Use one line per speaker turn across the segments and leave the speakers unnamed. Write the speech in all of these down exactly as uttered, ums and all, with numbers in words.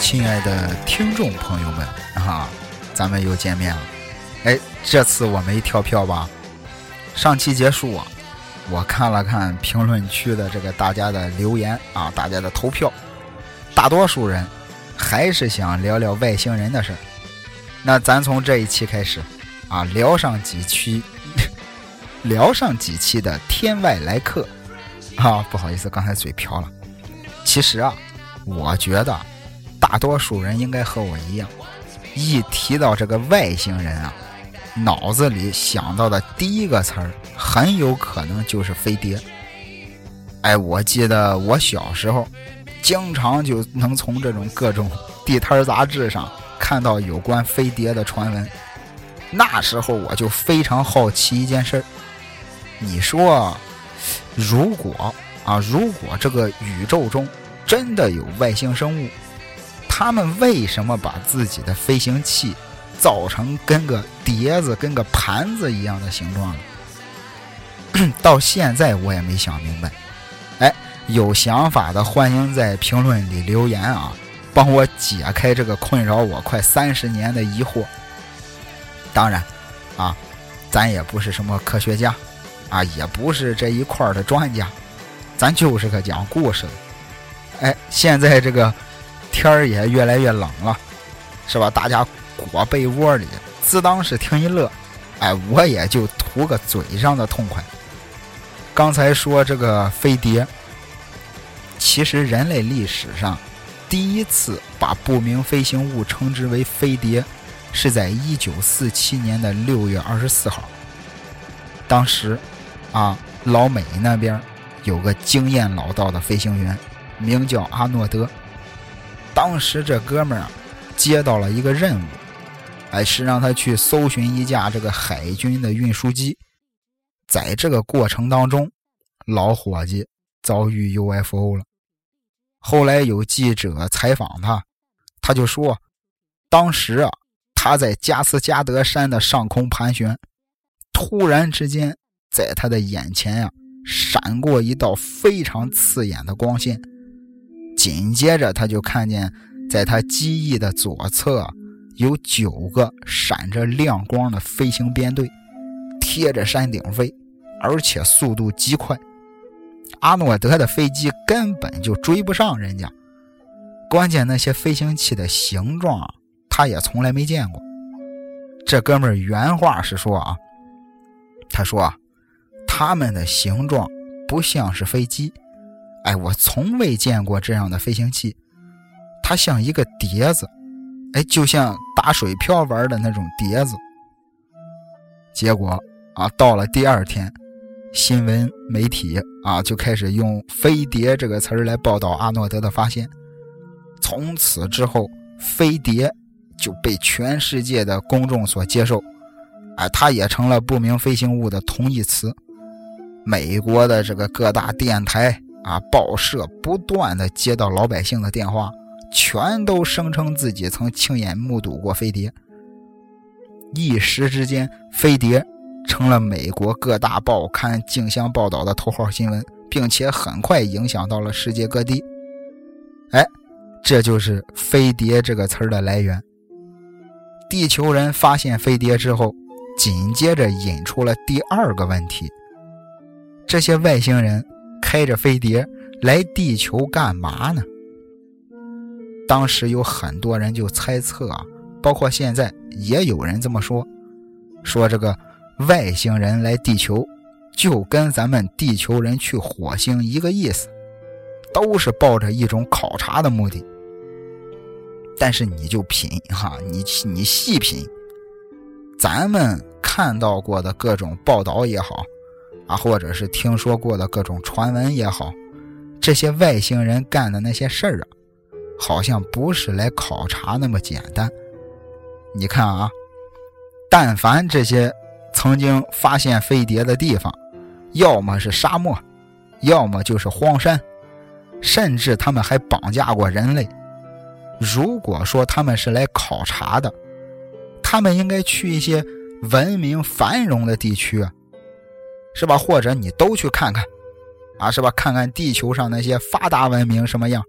亲爱的听众朋友们啊，咱们又见面了。哎，这次我没跳票吧？上期结束啊，我看了看评论区的这个大家的留言啊，大家的投票，大多数人还是想聊聊外星人的事儿。那咱从这一期开始啊，聊上几期，聊上几期的天外来客啊，不好意思，刚才嘴瓢了。其实啊，我觉得大多数人应该和我一样，一提到这个外星人啊，脑子里想到的第一个词儿很有可能就是飞碟。哎，我记得我小时候经常就能从这种各种地摊杂志上看到有关飞碟的传闻。那时候我就非常好奇一件事，你说如果啊，如果这个宇宙中真的有外星生物，他们为什么把自己的飞行器造成跟个碟子跟个盘子一样的形状呢？到现在我也没想明白。哎，有想法的欢迎在评论里留言啊，帮我解开这个困扰我快三十年的疑惑。当然啊，咱也不是什么科学家啊，也不是这一块的专家，咱就是个讲故事的。哎，现在这个天儿也越来越冷了，是吧？大家裹被窝里自当是听一乐，哎，我也就图个嘴上的痛快。刚才说这个飞碟，其实人类历史上第一次把不明飞行物称之为飞碟是在一九四七年的六月二十四号。当时啊，老美那边有个经验老道的飞行员，名叫阿诺德。当时这哥们儿啊，接到了一个任务，哎，是让他去搜寻一架这个海军的运输机。在这个过程当中，老伙计遭遇 U F O 了。后来有记者采访他，他就说，当时啊，他在加斯加德山的上空盘旋，突然之间，在他的眼前啊，闪过一道非常刺眼的光线。紧接着他就看见在他机翼的左侧有九个闪着亮光的飞行编队贴着山顶飞，而且速度极快。阿诺德的飞机根本就追不上人家，关键那些飞行器的形状他也从来没见过。这哥们儿原话是说啊，他说啊，他们的形状不像是飞机，哎，我从未见过这样的飞行器，它像一个碟子，哎，就像打水漂玩的那种碟子。结果啊，到了第二天，新闻媒体啊就开始用飞碟这个词儿来报道阿诺德的发现。从此之后，飞碟就被全世界的公众所接受，哎，它也成了不明飞行物的同义词。美国的这个各大电台啊，报社不断的接到老百姓的电话，全都声称自己曾亲眼目睹过飞碟。一时之间，飞碟成了美国各大报刊竞相报道的头号新闻，并且很快影响到了世界各地。哎，这就是飞碟这个词儿的来源。地球人发现飞碟之后，紧接着引出了第二个问题，这些外星人开着飞碟来地球干嘛呢？当时有很多人就猜测啊，包括现在也有人这么说，说这个外星人来地球就跟咱们地球人去火星一个意思，都是抱着一种考察的目的。但是你就品哈，你你细品，咱们看到过的各种报道也好啊，或者是听说过的各种传闻也好，这些外星人干的那些事儿啊，好像不是来考察那么简单。你看啊，但凡这些曾经发现飞碟的地方，要么是沙漠，要么就是荒山，甚至他们还绑架过人类。如果说他们是来考察的，他们应该去一些文明繁荣的地区啊，是吧？或者你都去看看啊，是吧？看看地球上那些发达文明什么样，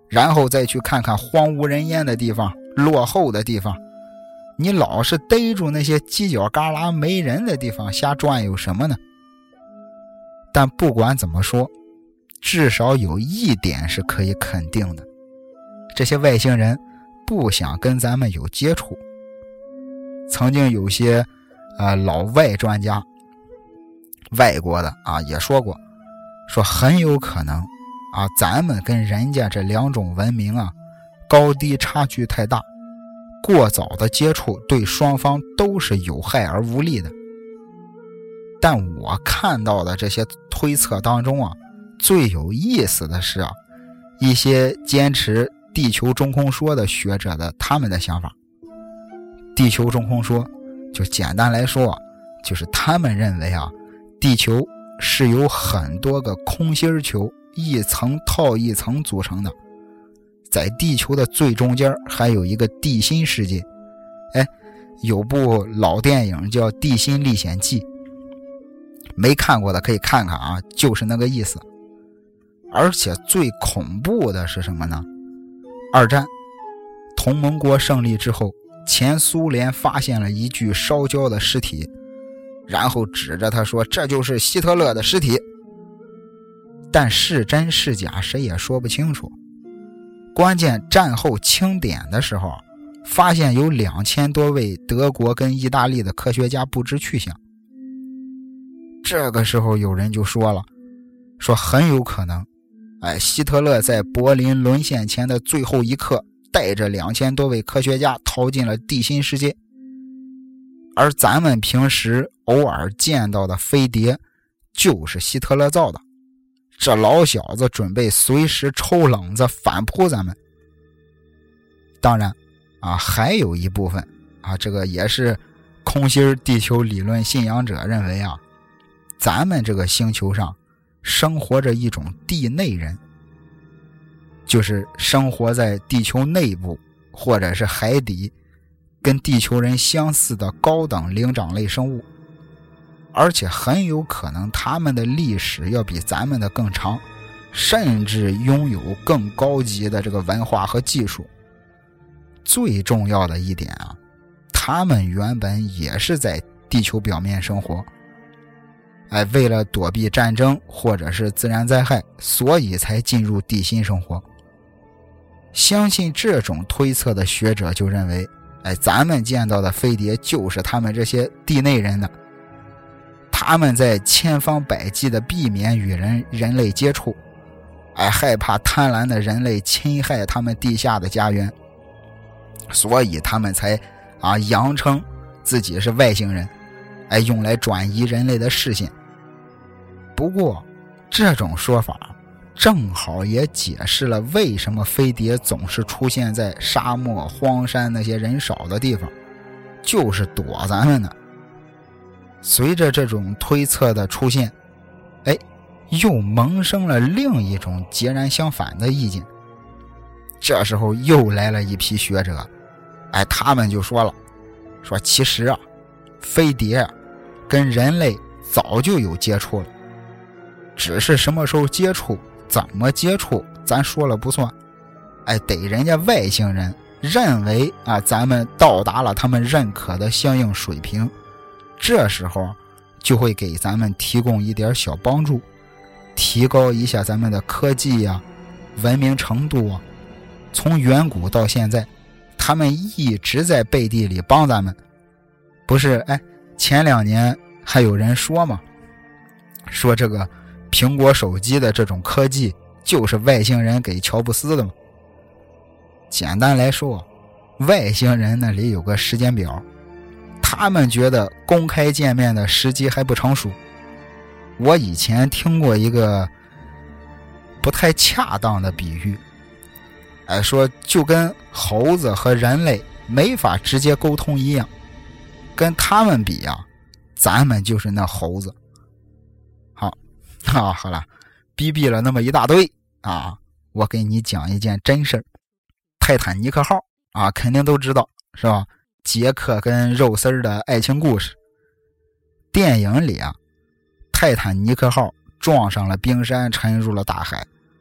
然后再去看看荒无人烟的地方、落后的地方。你老是逮住那些犄角旮旯没人的地方瞎转悠什么呢？但不管怎么说，至少有一点是可以肯定的，这些外星人不想跟咱们有接触。曾经有些呃老外专家，外国的啊也说过，说很有可能啊咱们跟人家这两种文明啊高低差距太大，过早的接触对双方都是有害而无利的。但我看到的这些推测当中啊，最有意思的是啊，一些坚持地球中空说的学者的他们的想法。地球中空说就简单来说啊，就是他们认为啊，地球是由很多个空心球一层套一层组成的，在地球的最中间还有一个地心世界。哎，有部老电影叫《地心历险记》，没看过的可以看看啊，就是那个意思。而且最恐怖的是什么呢？二战同盟国胜利之后，前苏联发现了一具烧焦的尸体，然后指着他说这就是希特勒的尸体。但是真是假谁也说不清楚。关键战后清点的时候，发现有两千多位德国跟意大利的科学家不知去向。这个时候有人就说了，说很有可能哎，希特勒在柏林沦陷前的最后一刻带着两千多位科学家逃进了地心世界，而咱们平时偶尔见到的飞碟就是希特勒造的，这老小子准备随时抽冷子反扑咱们。当然啊，还有一部分啊，这个也是空心地球理论信仰者认为啊，咱们这个星球上生活着一种地内人，就是生活在地球内部或者是海底，跟地球人相似的高等灵长类生物，而且很有可能他们的历史要比咱们的更长，甚至拥有更高级的这个文化和技术。最重要的一点啊，他们原本也是在地球表面生活，哎，为了躲避战争或者是自然灾害，所以才进入地心生活。相信这种推测的学者就认为，哎，咱们见到的飞碟就是他们这些地内人的，他们在千方百计的避免与人人类接触，哎，害怕贪婪的人类侵害他们地下的家园，所以他们才啊扬称自己是外星人，哎，用来转移人类的视线。不过这种说法正好也解释了为什么飞碟总是出现在沙漠荒山那些人少的地方，就是躲咱们的。随着这种推测的出现，哎，又萌生了另一种截然相反的意见。这时候又来了一批学者，哎，他们就说了，说其实啊，飞碟啊跟人类早就有接触了，只是什么时候接触，怎么接触，咱说了不算。哎，得人家外星人认为啊，咱们到达了他们认可的相应水平，这时候就会给咱们提供一点小帮助，提高一下咱们的科技呀、文明程度啊。从远古到现在，他们一直在背地里帮咱们。不是，哎，前两年还有人说嘛，说这个苹果手机的这种科技就是外星人给乔布斯的嘛。简单来说，外星人那里有个时间表，他们觉得公开见面的时机还不成熟。我以前听过一个不太恰当的比喻，哎，说就跟猴子和人类没法直接沟通一样，跟他们比啊，咱们就是那猴子。好啊，好了，逼逼了那么一大堆啊，我给你讲一件真事儿。泰坦尼克号啊，肯定都知道是吧？杰克跟肉丝的爱情故事。电影里啊，泰坦尼克号撞上了冰山，沉入了大海，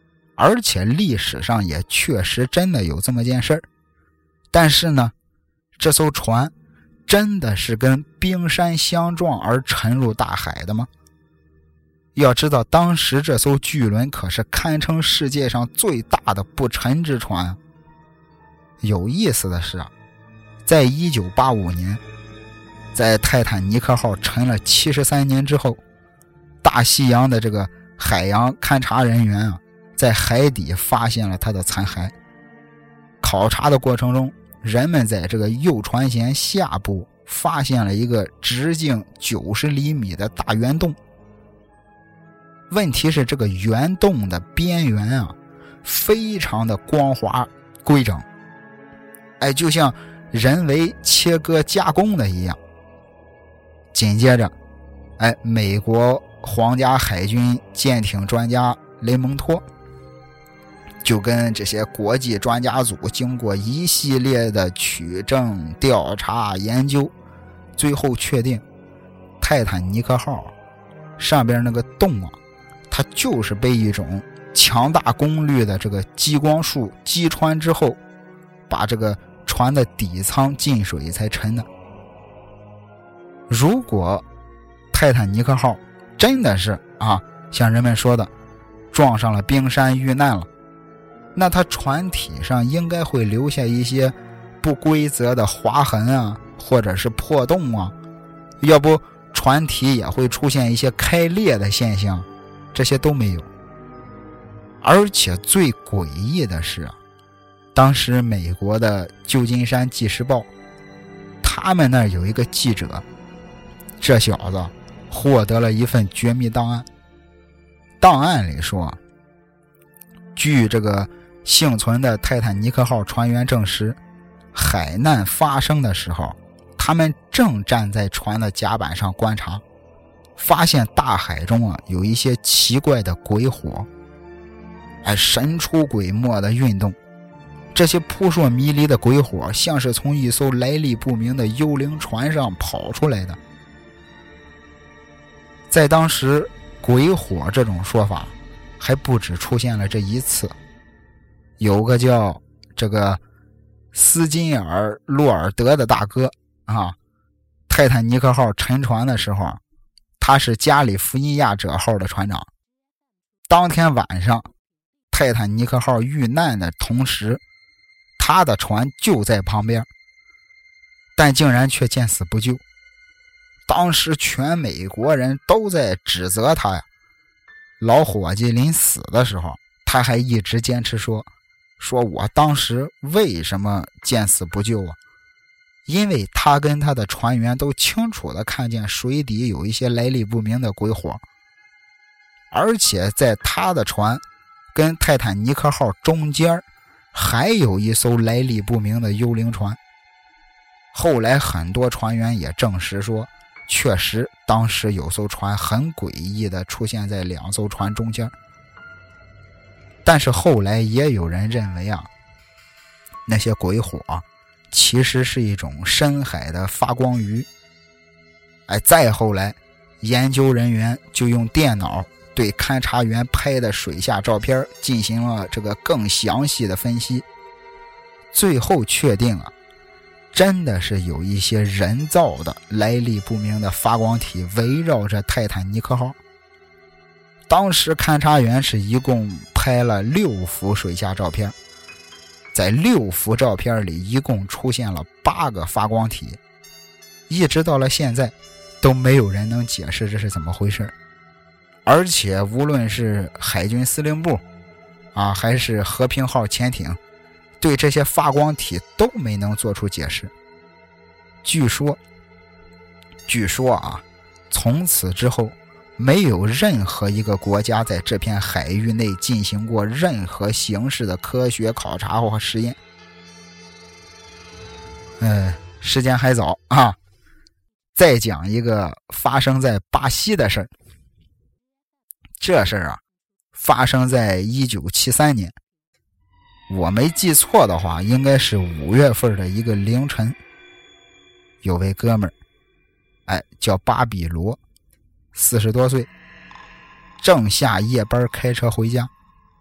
而且历史上也确实真的有这么件事儿。但是呢，这艘船真的是跟冰山相撞而沉入大海的吗？要知道当时这艘巨轮可是堪称世界上最大的不沉之船。有意思的是啊，在一九八五年，在泰坦尼克号沉了七十三年之后，大西洋的这个海洋勘察人员啊，在海底发现了它的残骸。考察的过程中，人们在这个右船舷下部发现了一个直径九十厘米的大圆洞。问题是这个圆洞的边缘啊，非常的光滑规整，哎，就像人为切割加工的一样。紧接着，哎，美国皇家海军舰艇专家雷蒙托就跟这些国际专家组经过一系列的取证、调查、研究，最后确定泰坦尼克号上边那个洞啊，它就是被一种强大功率的这个激光束击穿之后，把这个船的底舱进水才沉的。如果泰坦尼克号真的是啊，像人们说的撞上了冰山遇难了，那它船体上应该会留下一些不规则的划痕啊，或者是破洞啊，要不船体也会出现一些开裂的现象，这些都没有。而且最诡异的是啊，当时美国的旧金山纪事报，他们那儿有一个记者，这小子获得了一份绝密档案。档案里说，据这个幸存的泰坦尼克号船员证实，海难发生的时候，他们正站在船的甲板上观察，发现大海中啊有一些奇怪的鬼火，哎，神出鬼没的运动。这些扑朔迷离的鬼火像是从一艘来历不明的幽灵船上跑出来的。在当时，鬼火这种说法还不止出现了这一次。有个叫这个斯金尔洛尔德的大哥啊，泰坦尼克号沉船的时候，他是加利福尼亚者号的船长。当天晚上泰坦尼克号遇难的同时，他的船就在旁边，但竟然却见死不救。当时全美国人都在指责他呀。老伙计临死的时候，他还一直坚持说说我当时为什么见死不救啊？因为他跟他的船员都清楚地看见水底有一些来历不明的鬼火，而且在他的船跟泰坦尼克号中间还有一艘来历不明的幽灵船。后来很多船员也证实说，确实当时有艘船很诡异地出现在两艘船中间。但是后来也有人认为啊，那些鬼火其实是一种深海的发光鱼。哎，再后来研究人员就用电脑对勘察员拍的水下照片进行了这个更详细的分析，最后确定啊，真的是有一些人造的来历不明的发光体围绕着泰坦尼克号。当时勘察员是一共拍了六幅水下照片，在六幅照片里一共出现了八个发光体，一直到了现在都没有人能解释这是怎么回事。而且无论是海军司令部啊，还是和平号潜艇，对这些发光体都没能做出解释。据说据说啊，从此之后没有任何一个国家在这片海域内进行过任何形式的科学考察或实验。呃，时间还早啊，再讲一个发生在巴西的事儿。这事儿啊，发生在一九七三年，我没记错的话，应该是五月份的一个凌晨。有位哥们儿，哎，叫巴比罗，四十多岁，正下夜班开车回家，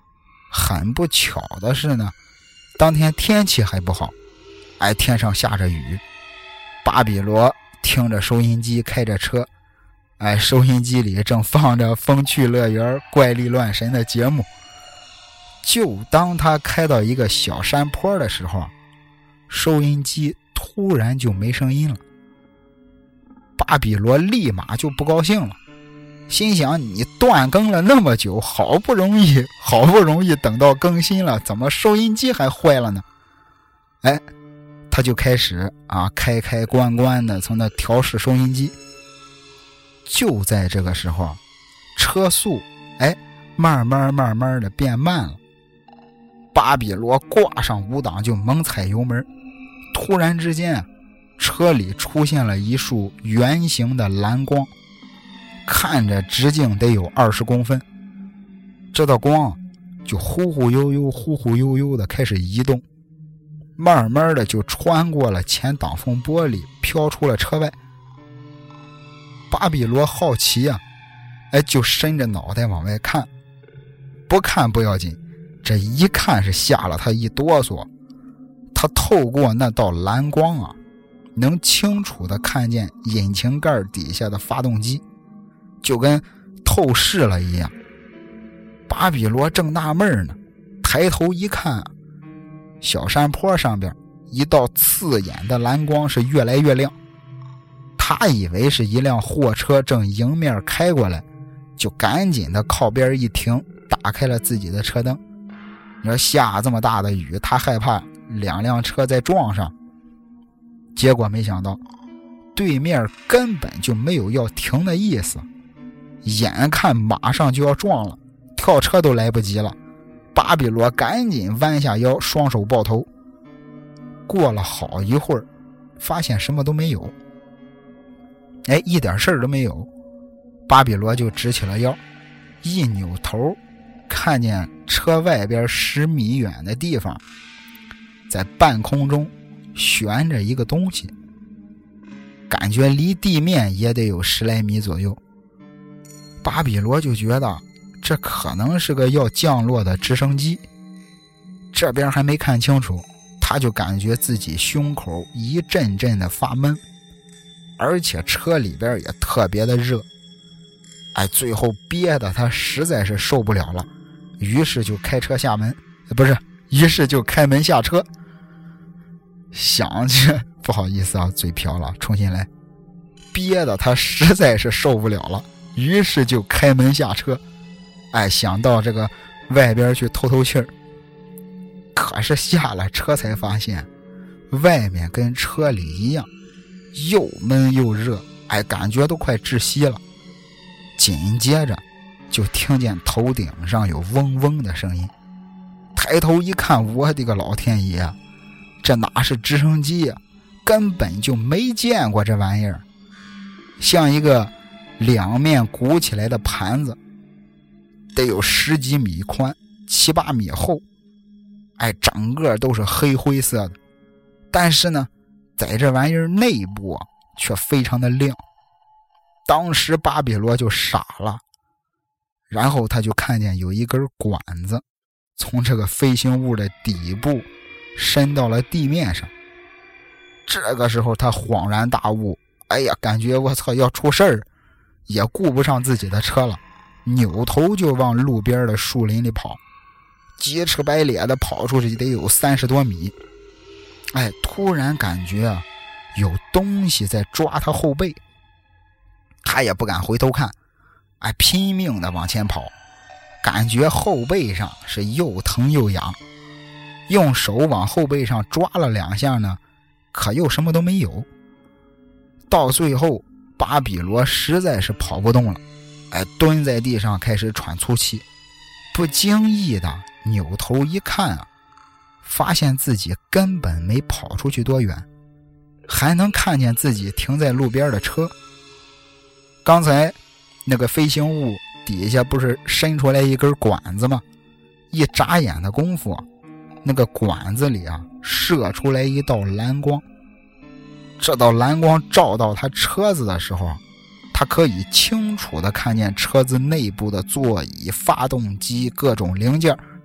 很不巧的是呢，当天天气还不好，哎，天上下着雨。巴比罗听着收音机开着车，哎，收音机里正放着风趣乐园怪力乱神的节目。就当他开到一个小山坡的时候，收音机突然就没声音了。巴比罗立马就不高兴了，心想你断更了那么久，好不容易好不容易等到更新了，怎么收音机还坏了呢？哎，他就开始啊开开关关的从那调试收音机。就在这个时候，车速哎慢慢慢慢的变慢了。巴比罗挂上五档就猛踩油门，突然之间车里出现了一束圆形的蓝光，看着直径得有二十公分。这道光就忽忽悠悠忽忽悠悠的开始移动，慢慢的就穿过了前挡风玻璃，飘出了车外。巴比罗好奇啊，哎，就伸着脑袋往外看。不看不要紧，这一看是吓了他一哆嗦。他透过那道蓝光啊，能清楚地看见引擎盖底下的发动机，就跟透视了一样。巴比罗正纳闷呢，抬头一看，小山坡上边一道刺眼的蓝光是越来越亮。他以为是一辆货车正迎面开过来，就赶紧的靠边一停，打开了自己的车灯。你说下这么大的雨，他害怕两辆车再撞上，结果没想到对面根本就没有要停的意思，眼看马上就要撞了，跳车都来不及了。巴比罗赶紧弯下腰，双手抱头。过了好一会儿，发现什么都没有，哎，一点事儿都没有。巴比罗就直起了腰，一扭头看见车外边十米远的地方，在半空中悬着一个东西，感觉离地面也得有十来米左右。巴比罗就觉得这可能是个要降落的直升机，这边还没看清楚，他就感觉自己胸口一阵阵的发闷，而且车里边也特别的热。哎，最后憋得他实在是受不了了，于是就开车下门，不是，于是就开门下车。想着不好意思啊，嘴瓢了，重新来。憋得他实在是受不了了，于是就开门下车。哎，想到这个外边去透透气儿，可是下了车才发现外面跟车里一样，又闷又热，哎，感觉都快窒息了。紧接着就听见头顶上有嗡嗡的声音，抬头一看，我的个老天爷，这哪是直升机呀、啊，根本就没见过这玩意儿，像一个两面鼓起来的盘子，得有十几米宽，七八米厚，哎，整个都是黑灰色的，但是呢，在这玩意儿内部啊，却非常的亮。当时巴比罗就傻了，然后他就看见有一根管子从这个飞行物的底部伸到了地面上。这个时候他恍然大悟，哎呀，感觉我操要出事儿，也顾不上自己的车了，扭头就往路边的树林里跑，急赤白咧的跑出去得有三十多米。哎，突然感觉啊，有东西在抓他后背，他也不敢回头看，哎，拼命的往前跑，感觉后背上是又疼又痒，用手往后背上抓了两下呢，可又什么都没有。到最后巴比罗实在是跑不动了，哎，蹲在地上开始喘粗气，不经意的扭头一看啊，发现自己根本没跑出去多远，还能看见自己停在路边的车。刚才那个飞行物底下不是伸出来一根管子吗？一眨眼的功夫，那个管子里啊射出来一道蓝光。这道蓝光照到他车子的时候，他可以清楚地看见车子内部的座椅、发动机各种零件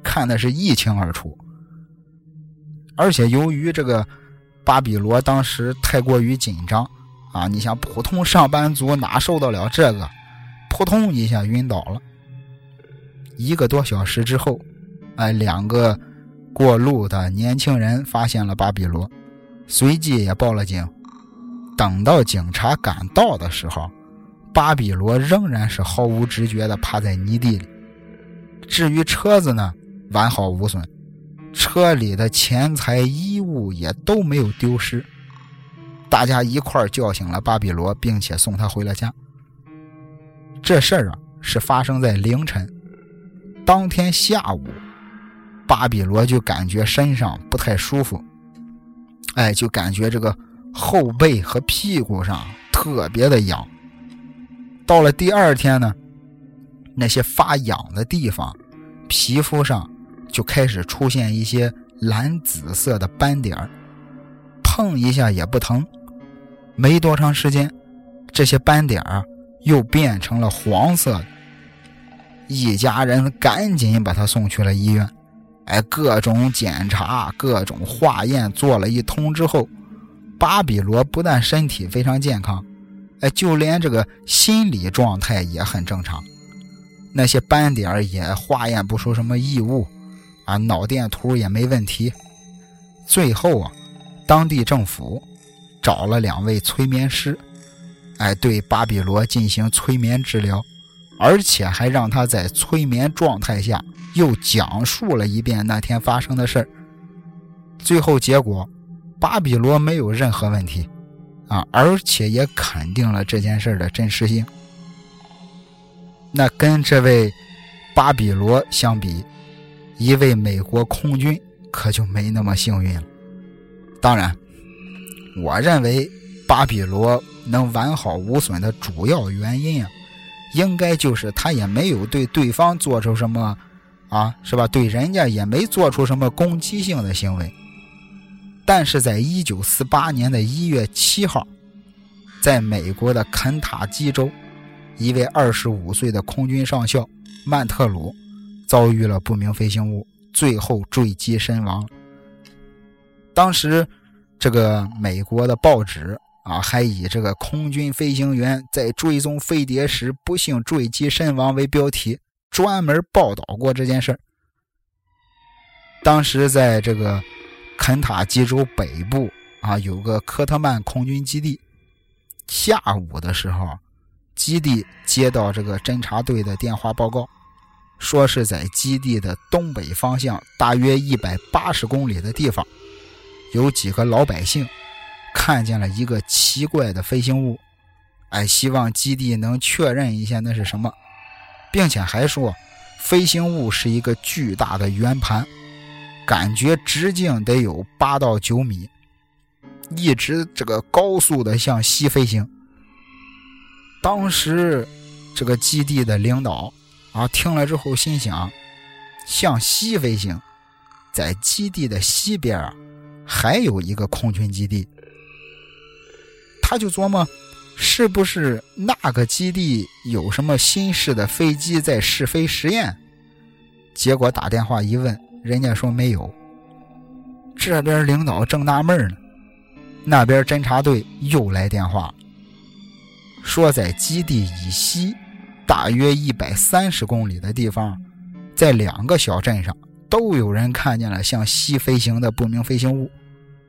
看的是一清二楚。而且由于这个巴比罗当时太过于紧张啊，你想普通上班族哪受得了这个，扑通一下晕倒了。一个多小时之后，哎，两个过路的年轻人发现了巴比罗，随即也报了警。等到警察赶到的时候，巴比罗仍然是毫无知觉地趴在泥地里。至于车子呢，完好无损，车里的钱财衣物也都没有丢失。大家一块儿叫醒了巴比罗，并且送他回了家。这事儿啊是发生在凌晨。当天下午，巴比罗就感觉身上不太舒服，哎，就感觉这个后背和屁股上特别的痒。到了第二天呢，那些发痒的地方，皮肤上就开始出现一些蓝紫色的斑点，碰一下也不疼。没多长时间，这些斑点又变成了黄色的。一家人赶紧把他送去了医院，哎，各种检查各种化验做了一通之后，巴比罗不但身体非常健康，哎，就连这个心理状态也很正常。那些斑点也化验不出什么异物啊，脑电图也没问题。最后啊，当地政府找了两位催眠师，哎，对巴比罗进行催眠治疗，而且还让他在催眠状态下又讲述了一遍那天发生的事儿。最后结果，巴比罗没有任何问题啊，而且也肯定了这件事的真实性。那跟这位巴比罗相比，一位美国空军可就没那么幸运了。当然，我认为巴比罗能完好无损的主要原因啊，应该就是他也没有对对方做出什么啊，是吧？对人家也没做出什么攻击性的行为。但是在一九四八年的一月七号，在美国的肯塔基州，一位二十五岁的空军上校曼特鲁遭遇了不明飞行物，最后坠机身亡。当时这个美国的报纸啊，还以这个空军飞行员在追踪飞碟时不幸坠机身亡为标题，专门报道过这件事儿。当时在这个肯塔基州北部啊，有个科特曼空军基地。下午的时候，基地接到这个侦察队的电话报告，说是在基地的东北方向大约一百八十公里的地方，有几个老百姓看见了一个奇怪的飞行物，哎，希望基地能确认一下那是什么，并且还说飞行物是一个巨大的圆盘，感觉直径得有八到九米，一直这个高速的向西飞行。当时这个基地的领导啊，听了之后心想，向西飞行，在基地的西边啊，还有一个空军基地。他就琢磨，是不是那个基地有什么新式的飞机在试飞实验？结果打电话一问，人家说没有。这边领导正纳闷呢，那边侦察队又来电话，说在基地以西大约一百三十公里的地方，在两个小镇上都有人看见了向西飞行的不明飞行物。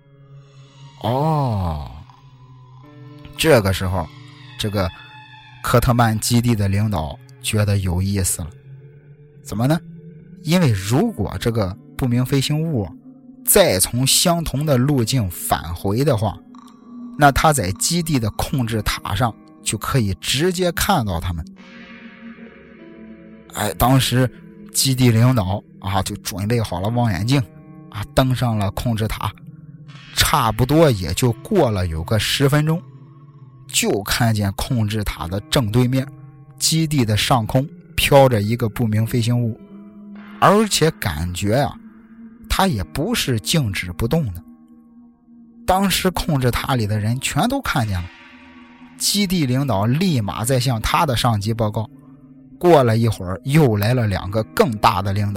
哦，这个时候这个科特曼基地的领导觉得有意思了。怎么呢？因为如果这个不明飞行物再从相同的路径返回的话，那他在基地的控制塔上就可以直接看到他们。哎，当时基地领导啊就准备好了望远镜啊，登上了控制塔，差不多也就过了有个十分钟，就看见控制塔的正对面，基地的上空飘着一个不明飞行物，而且感觉啊，它也不是静止不动的。当时控制塔里的人全都看见了，基地领导立马在向他的上级报告。过了一会儿，又来了两个更大的领导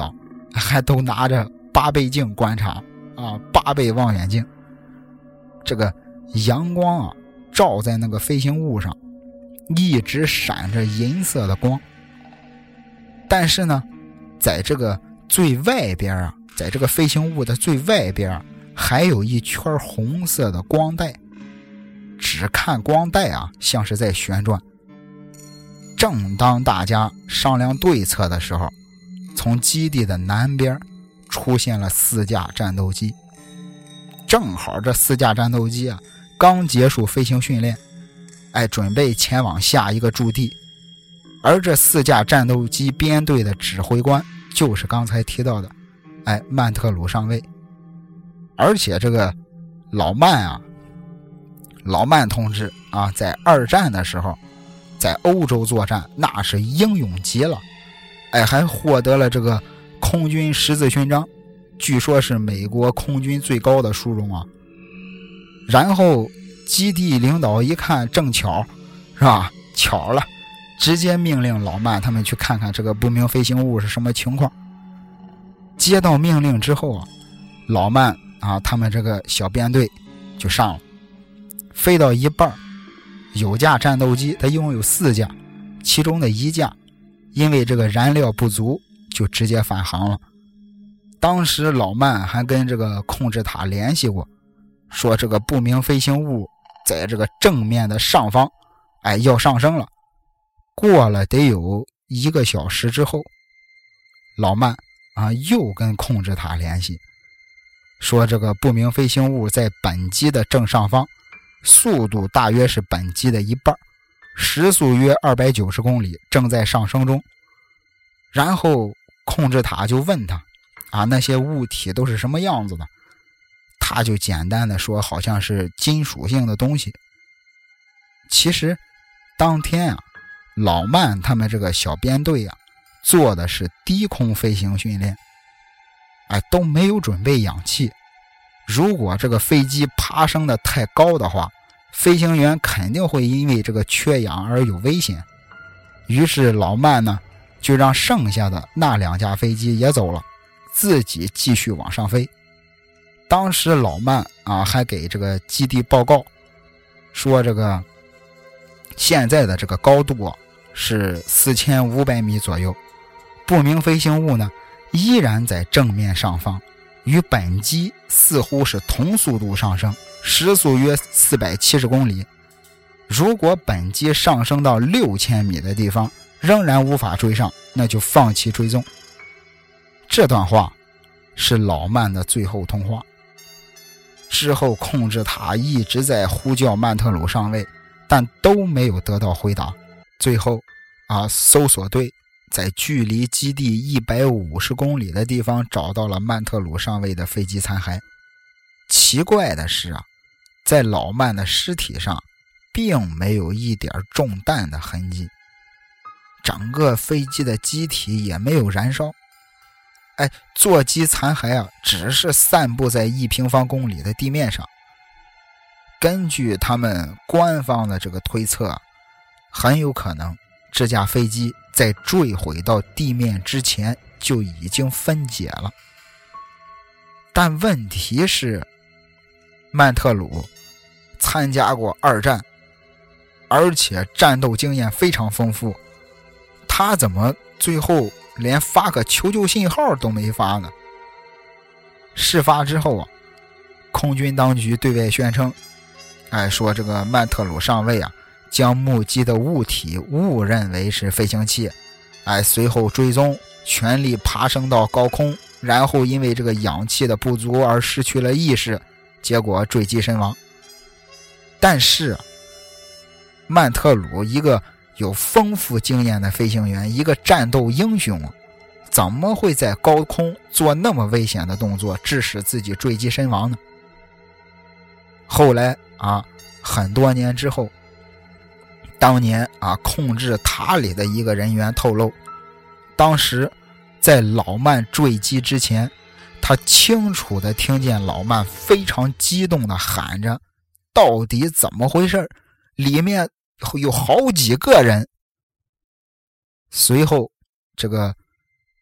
还都拿着八倍镜观察啊，八倍望远镜。这个阳光啊照在那个飞行物上，一直闪着银色的光。但是呢，在这个最外边啊，在这个飞行物的最外边啊，还有一圈红色的光带，只看光带啊，像是在旋转。正当大家商量对策的时候，从基地的南边出现了四架战斗机。正好这四架战斗机啊，刚结束飞行训练，哎，准备前往下一个驻地。而这四架战斗机编队的指挥官就是刚才提到的，哎，曼特鲁上尉。而且这个老曼啊，老曼同志啊，在二战的时候，在欧洲作战那是英勇极了，哎，还获得了这个空军十字勋章，据说是美国空军最高的殊荣啊。然后基地领导一看正巧，是吧？巧了，直接命令老曼他们去看看这个不明飞行物是什么情况。接到命令之后啊，老曼啊，他们这个小编队就上了，飞到一半，有架战斗机，它一共有四架，其中的一架因为这个燃料不足，就直接返航了。当时老曼还跟这个控制塔联系过，说这个不明飞行物在这个正面的上方，哎，要上升了。过了得有一个小时之后，老曼啊又跟控制塔联系，说这个不明飞行物在本机的正上方，速度大约是本机的一半，时速约二百九十公里，正在上升中。然后控制塔就问他啊，那些物体都是什么样子的？他就简单的说好像是金属性的东西。其实当天啊，老曼他们这个小编队啊做的是低空飞行训练，哎，都没有准备氧气。如果这个飞机爬升的太高的话，飞行员肯定会因为这个缺氧而有危险。于是老曼呢就让剩下的那两架飞机也走了，自己继续往上飞。当时老曼啊还给这个基地报告说，这个现在的这个高度啊是四千五百米左右，不明飞行物呢依然在正面上方，与本机似乎是同速度上升，时速约四百七十公里。如果本机上升到六千米的地方仍然无法追上，那就放弃追踪。这段话是老曼的最后通话。之后控制塔一直在呼叫曼特鲁上尉，但都没有得到回答。最后啊，搜索队在距离基地一百五十公里的地方找到了曼特鲁上尉的飞机残骸。奇怪的是啊，在老曼的尸体上并没有一点中弹的痕迹，整个飞机的机体也没有燃烧。哎，座机残骸啊，只是散布在一平方公里的地面上。根据他们官方的这个推测，很有可能这架飞机在坠毁到地面之前就已经分解了。但问题是，曼特鲁参加过二战，而且战斗经验非常丰富，他怎么最后连发个求救信号都没发呢？事发之后啊，空军当局对外宣称，哎，说这个曼特鲁上尉啊，将目击的物体误认为是飞行器，哎，随后追踪，全力爬升到高空，然后因为这个氧气的不足而失去了意识，结果坠机身亡。但是曼特鲁一个有丰富经验的飞行员，一个战斗英雄，怎么会在高空做那么危险的动作，致使自己坠机身亡呢？后来啊，很多年之后，当年啊控制塔里的一个人员透露，当时在老曼坠机之前，他清楚地听见老曼非常激动地喊着，到底怎么回事？里面有好几个人。随后这个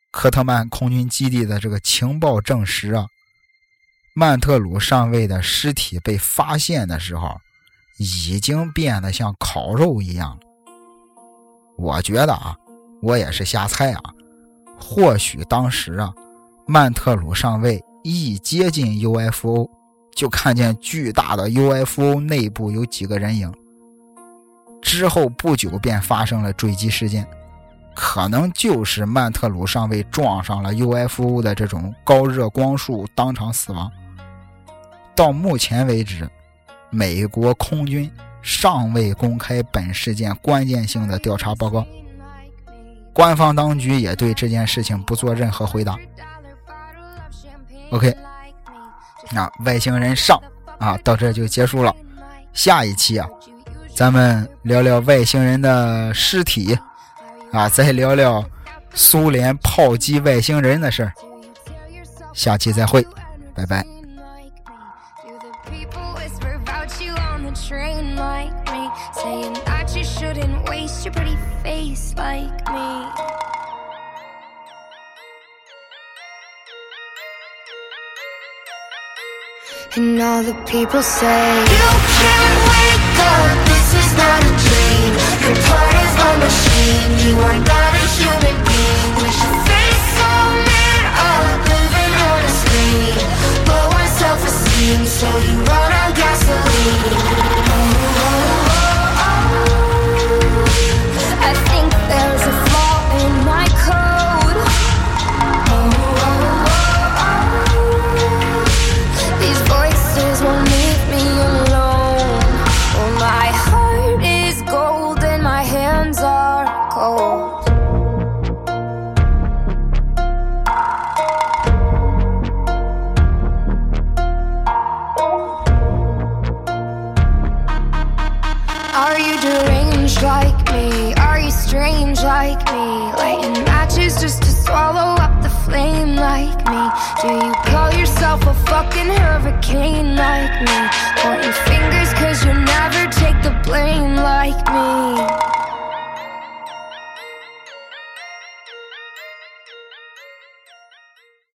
科特曼空军基地的这个情报证实啊，曼特鲁上尉的尸体被发现的时候已经变得像烤肉一样了。我觉得啊，我也是瞎猜啊，或许当时啊，曼特鲁上尉一接近 U F O 就看见巨大的 U F O 内部有几个人影，之后不久便发生了坠机事件，可能就是曼特鲁上尉撞上了 U F O 的这种高热光束当场死亡。到目前为止，美国空军尚未公开本事件关键性的调查报告，官方当局也对这件事情不做任何回答。 OK， 那外星人上啊，到这就结束了。下一期啊，咱们聊聊外星人的尸体啊，再聊聊苏联炮击外星人的事儿。下期再会，拜拜。
Train like me, saying that you shouldn't waste your pretty face like me. And all the people say, you can't wake up, this is not a dream. You're part of a machine, you are not a human being. We should face so man up, living on a screen. Lower self-esteem, so you run on gasoline. I think there's a flaw in my code. These voices won't leave me alone. Oh, my heart is gold and my hands are cold. Are you deranged like me? Are you strange like me? Lighting matches just to swallow up the flame like me? Do you call yourself a fucking hurricane like me? Pointing fingers cause you never take the blame like me.